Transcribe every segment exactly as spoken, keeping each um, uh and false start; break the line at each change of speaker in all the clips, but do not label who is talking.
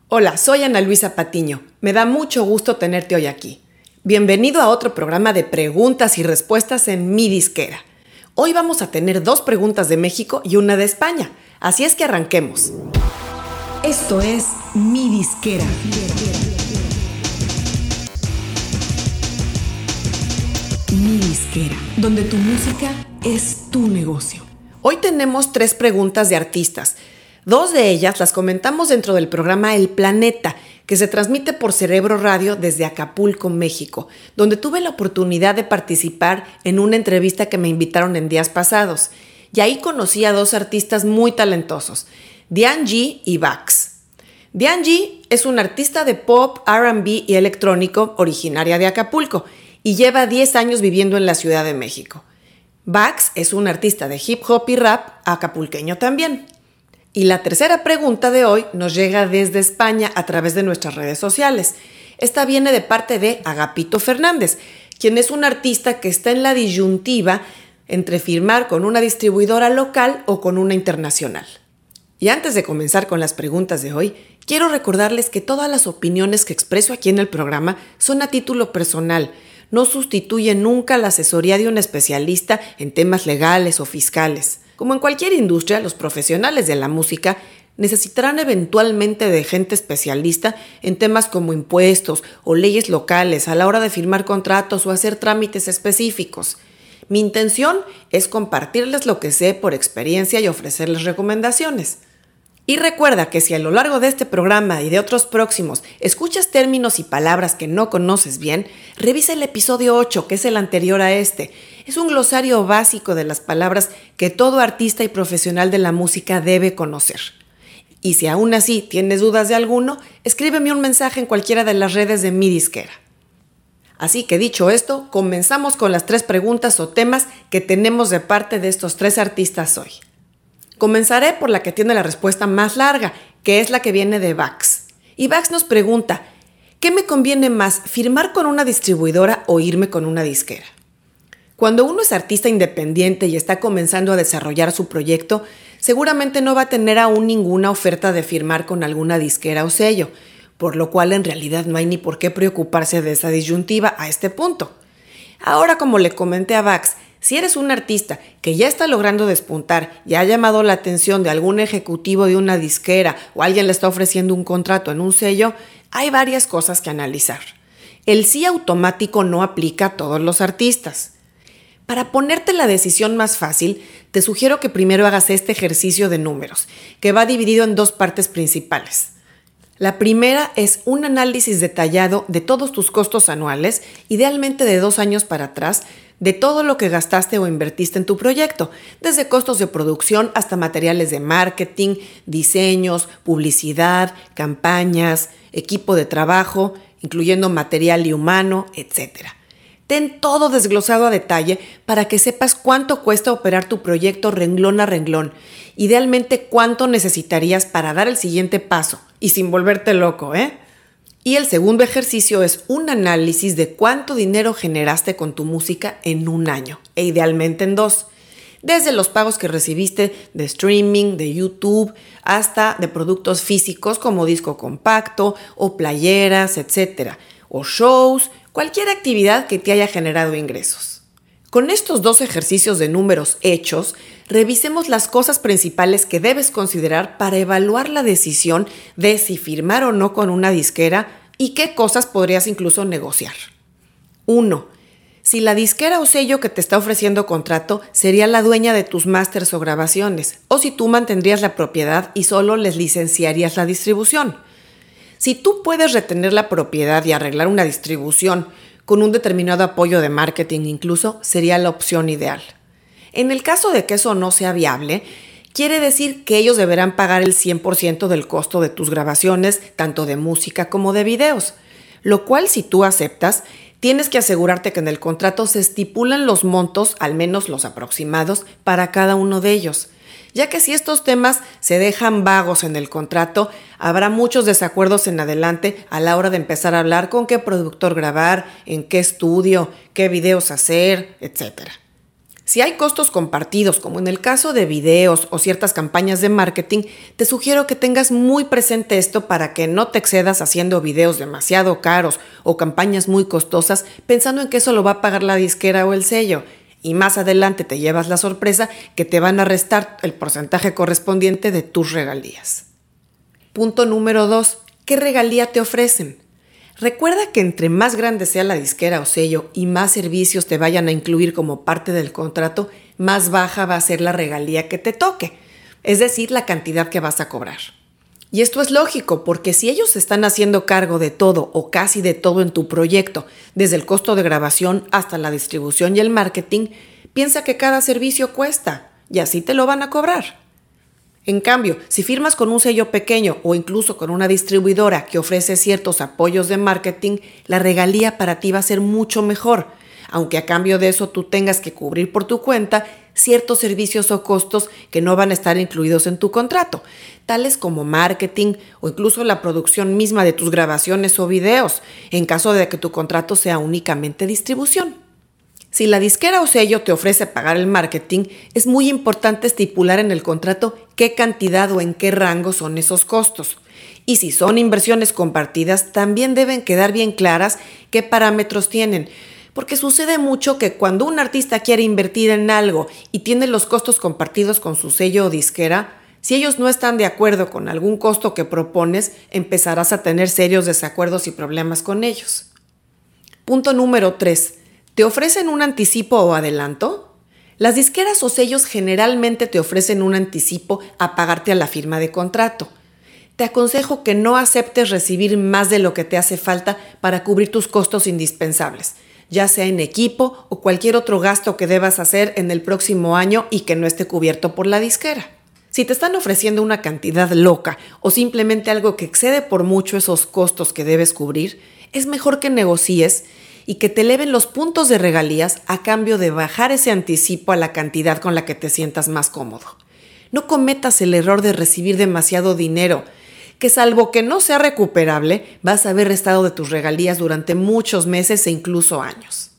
Hola, soy Ana Luisa Patiño. Me da mucho gusto tenerte hoy aquí. Bienvenido a otro programa de preguntas y respuestas en Mi Disquera. Hoy vamos a tener dos preguntas de México y una de España, así es que arranquemos.
Esto es Mi Disquera. Mi Disquera, donde tu música es tu negocio.
Hoy tenemos tres preguntas de artistas. Dos de ellas las comentamos dentro del programa El Planeta, que se transmite por Cerebro Radio desde Acapulco, México, donde tuve la oportunidad de participar en una entrevista que me invitaron en días pasados. Y ahí conocí a dos artistas muy talentosos, Diane G y Vax. Diane G es una artista de pop, R and B y electrónico originaria de Acapulco y lleva diez años viviendo en la Ciudad de México. Vax es un artista de hip hop y rap acapulqueño también. Y la tercera pregunta de hoy nos llega desde España a través de nuestras redes sociales. Esta viene de parte de Agapito Fernández, quien es un artista que está en la disyuntiva entre firmar con una distribuidora local o con una internacional. Y antes de comenzar con las preguntas de hoy, quiero recordarles que todas las opiniones que expreso aquí en el programa son a título personal. No sustituyen nunca la asesoría de un especialista en temas legales o fiscales. Como en cualquier industria, los profesionales de la música necesitarán eventualmente de gente especialista en temas como impuestos o leyes locales a la hora de firmar contratos o hacer trámites específicos. Mi intención es compartirles lo que sé por experiencia y ofrecerles recomendaciones. Y recuerda que si a lo largo de este programa y de otros próximos escuchas términos y palabras que no conoces bien, revisa el episodio ocho, que es el anterior a este. Es un glosario básico de las palabras que todo artista y profesional de la música debe conocer. Y si aún así tienes dudas de alguno, escríbeme un mensaje en cualquiera de las redes de Mi Disquera. Así que dicho esto, comenzamos con las tres preguntas o temas que tenemos de parte de estos tres artistas hoy. Comenzaré por la que tiene la respuesta más larga, que es la que viene de Vax. Y Vax nos pregunta, ¿qué me conviene más, firmar con una distribuidora o irme con una disquera? Cuando uno es artista independiente y está comenzando a desarrollar su proyecto, seguramente no va a tener aún ninguna oferta de firmar con alguna disquera o sello, por lo cual en realidad no hay ni por qué preocuparse de esa disyuntiva a este punto. Ahora, como le comenté a Vax, si eres un artista que ya está logrando despuntar y ha llamado la atención de algún ejecutivo de una disquera o alguien le está ofreciendo un contrato en un sello, hay varias cosas que analizar. El sí automático no aplica a todos los artistas. Para ponerte la decisión más fácil, te sugiero que primero hagas este ejercicio de números, que va dividido en dos partes principales. La primera es un análisis detallado de todos tus costos anuales, idealmente de dos años para atrás, de todo lo que gastaste o invertiste en tu proyecto, desde costos de producción hasta materiales de marketing, diseños, publicidad, campañas, equipo de trabajo, incluyendo material y humano, etcétera. Ten todo desglosado a detalle para que sepas cuánto cuesta operar tu proyecto renglón a renglón, idealmente cuánto necesitarías para dar el siguiente paso y sin volverte loco, ¿eh? Y el segundo ejercicio es un análisis de cuánto dinero generaste con tu música en un año, e idealmente en dos. Desde los pagos que recibiste de streaming, de YouTube, hasta de productos físicos como disco compacto o playeras, etcétera, o shows, cualquier actividad que te haya generado ingresos. Con estos dos ejercicios de números hechos, revisemos las cosas principales que debes considerar para evaluar la decisión de si firmar o no con una disquera y qué cosas podrías incluso negociar. uno. Si la disquera o sello que te está ofreciendo contrato sería la dueña de tus másters o grabaciones, o si tú mantendrías la propiedad y solo les licenciarías la distribución. Si tú puedes retener la propiedad y arreglar una distribución con un determinado apoyo de marketing incluso, sería la opción ideal. En el caso de que eso no sea viable, quiere decir que ellos deberán pagar el cien por ciento del costo de tus grabaciones, tanto de música como de videos, lo cual si tú aceptas, tienes que asegurarte que en el contrato se estipulan los montos, al menos los aproximados, para cada uno de ellos, ya que si estos temas se dejan vagos en el contrato, habrá muchos desacuerdos en adelante a la hora de empezar a hablar con qué productor grabar, en qué estudio, qué videos hacer, etcétera. Si hay costos compartidos, como en el caso de videos o ciertas campañas de marketing, te sugiero que tengas muy presente esto para que no te excedas haciendo videos demasiado caros o campañas muy costosas pensando en que eso lo va a pagar la disquera o el sello. Y más adelante te llevas la sorpresa que te van a restar el porcentaje correspondiente de tus regalías. Punto número dos. ¿Qué regalía te ofrecen? Recuerda que entre más grande sea la disquera o sello y más servicios te vayan a incluir como parte del contrato, más baja va a ser la regalía que te toque, es decir, la cantidad que vas a cobrar. Y esto es lógico, porque si ellos se están haciendo cargo de todo o casi de todo en tu proyecto, desde el costo de grabación hasta la distribución y el marketing, piensa que cada servicio cuesta y así te lo van a cobrar. En cambio, si firmas con un sello pequeño o incluso con una distribuidora que ofrece ciertos apoyos de marketing, la regalía para ti va a ser mucho mejor, aunque a cambio de eso tú tengas que cubrir por tu cuenta ciertos servicios o costos que no van a estar incluidos en tu contrato, tales como marketing o incluso la producción misma de tus grabaciones o videos, en caso de que tu contrato sea únicamente distribución. Si la disquera o sello te ofrece pagar el marketing, es muy importante estipular en el contrato qué cantidad o en qué rango son esos costos. Y si son inversiones compartidas, también deben quedar bien claras qué parámetros tienen, porque sucede mucho que cuando un artista quiere invertir en algo y tiene los costos compartidos con su sello o disquera, si ellos no están de acuerdo con algún costo que propones, empezarás a tener serios desacuerdos y problemas con ellos. Punto número tres. ¿Te ofrecen un anticipo o adelanto? Las disqueras o sellos generalmente te ofrecen un anticipo a pagarte a la firma de contrato. Te aconsejo que no aceptes recibir más de lo que te hace falta para cubrir tus costos indispensables, ya sea en equipo o cualquier otro gasto que debas hacer en el próximo año y que no esté cubierto por la disquera. Si te están ofreciendo una cantidad loca o simplemente algo que excede por mucho esos costos que debes cubrir, es mejor que negocies y que te eleven los puntos de regalías a cambio de bajar ese anticipo a la cantidad con la que te sientas más cómodo. No cometas el error de recibir demasiado dinero, que salvo que no sea recuperable, vas a haber restado de tus regalías durante muchos meses e incluso años.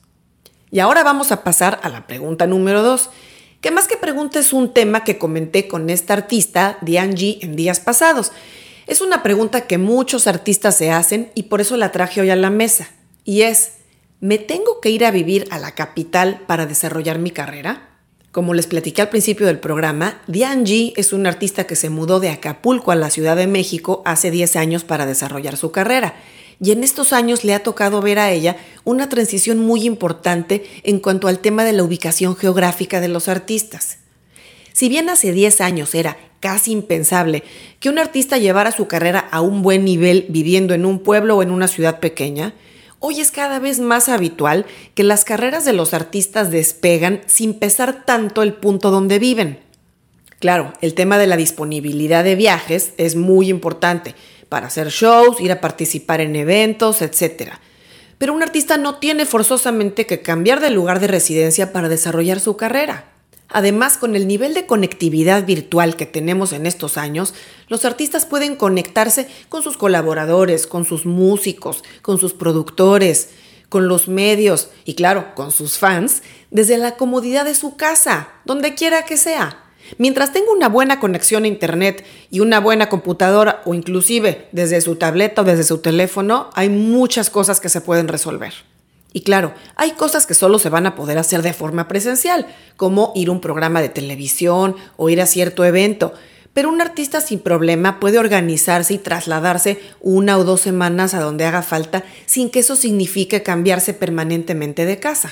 Y ahora vamos a pasar a la pregunta número dos, que más que pregunta es un tema que comenté con esta artista, Diane G, en días pasados. Es una pregunta que muchos artistas se hacen y por eso la traje hoy a la mesa, y es: ¿me tengo que ir a vivir a la capital para desarrollar mi carrera? Como les platiqué al principio del programa, Diane G es una artista que se mudó de Acapulco a la Ciudad de México hace diez años para desarrollar su carrera. Y en estos años le ha tocado ver a ella una transición muy importante en cuanto al tema de la ubicación geográfica de los artistas. Si bien hace diez años era casi impensable que un artista llevara su carrera a un buen nivel viviendo en un pueblo o en una ciudad pequeña, hoy es cada vez más habitual que las carreras de los artistas despegan sin pesar tanto el punto donde viven. Claro, el tema de la disponibilidad de viajes es muy importante para hacer shows, ir a participar en eventos, etcétera. Pero un artista no tiene forzosamente que cambiar de lugar de residencia para desarrollar su carrera. Además, con el nivel de conectividad virtual que tenemos en estos años, los artistas pueden conectarse con sus colaboradores, con sus músicos, con sus productores, con los medios y, claro, con sus fans, desde la comodidad de su casa, donde quiera que sea. Mientras tenga una buena conexión a internet y una buena computadora o inclusive desde su tableta o desde su teléfono, hay muchas cosas que se pueden resolver. Y claro, hay cosas que solo se van a poder hacer de forma presencial, como ir a un programa de televisión o ir a cierto evento, pero un artista sin problema puede organizarse y trasladarse una o dos semanas a donde haga falta sin que eso signifique cambiarse permanentemente de casa.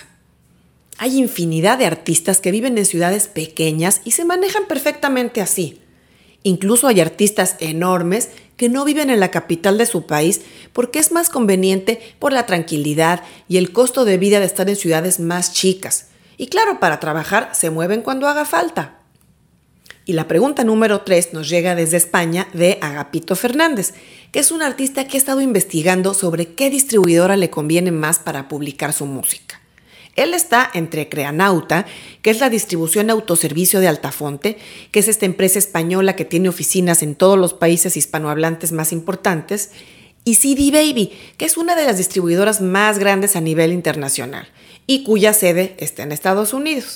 Hay infinidad de artistas que viven en ciudades pequeñas y se manejan perfectamente así. Incluso hay artistas enormes que no viven en la capital de su país porque es más conveniente por la tranquilidad y el costo de vida de estar en ciudades más chicas. Y claro, para trabajar se mueven cuando haga falta. Y la pregunta número tres nos llega desde España de Agapito Fernández, que es un artista que ha estado investigando sobre qué distribuidora le conviene más para publicar su música. Él está entre Creanauta, que es la distribución autoservicio de Altafonte, que es esta empresa española que tiene oficinas en todos los países hispanohablantes más importantes, y C D Baby, que es una de las distribuidoras más grandes a nivel internacional y cuya sede está en Estados Unidos.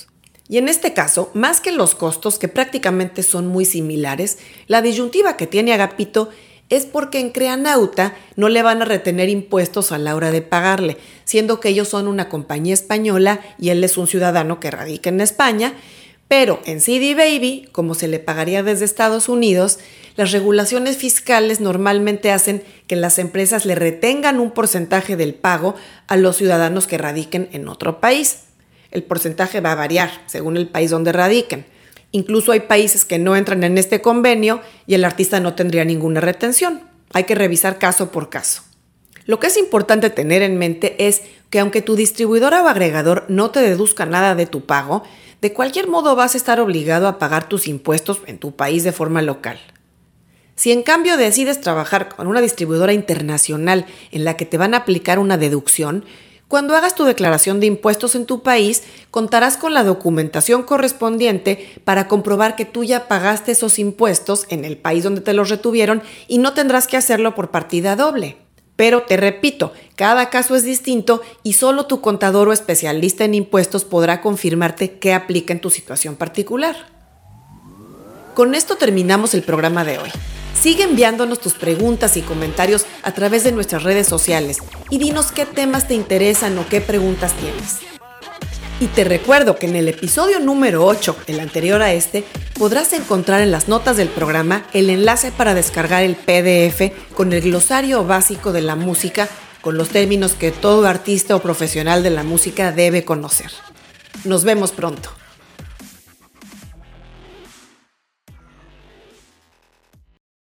Y en este caso, más que los costos, que prácticamente son muy similares, la disyuntiva que tiene Agapito es porque en Creanauta no le van a retener impuestos a la hora de pagarle, siendo que ellos son una compañía española y él es un ciudadano que radica en España, pero en C D Baby, como se le pagaría desde Estados Unidos, las regulaciones fiscales normalmente hacen que las empresas le retengan un porcentaje del pago a los ciudadanos que radiquen en otro país. El porcentaje va a variar según el país donde radiquen. Incluso hay países que no entran en este convenio y el artista no tendría ninguna retención. Hay que revisar caso por caso. Lo que es importante tener en mente es que aunque tu distribuidora o agregador no te deduzca nada de tu pago, de cualquier modo vas a estar obligado a pagar tus impuestos en tu país de forma local. Si en cambio decides trabajar con una distribuidora internacional en la que te van a aplicar una deducción, cuando hagas tu declaración de impuestos en tu país, contarás con la documentación correspondiente para comprobar que tú ya pagaste esos impuestos en el país donde te los retuvieron y no tendrás que hacerlo por partida doble. Pero te repito, cada caso es distinto y solo tu contador o especialista en impuestos podrá confirmarte qué aplica en tu situación particular. Con esto terminamos el programa de hoy. Sigue enviándonos tus preguntas y comentarios a través de nuestras redes sociales y dinos qué temas te interesan o qué preguntas tienes. Y te recuerdo que en el episodio número ocho, el anterior a este, podrás encontrar en las notas del programa el enlace para descargar el P D F con el glosario básico de la música, con los términos que todo artista o profesional de la música debe conocer. Nos vemos pronto.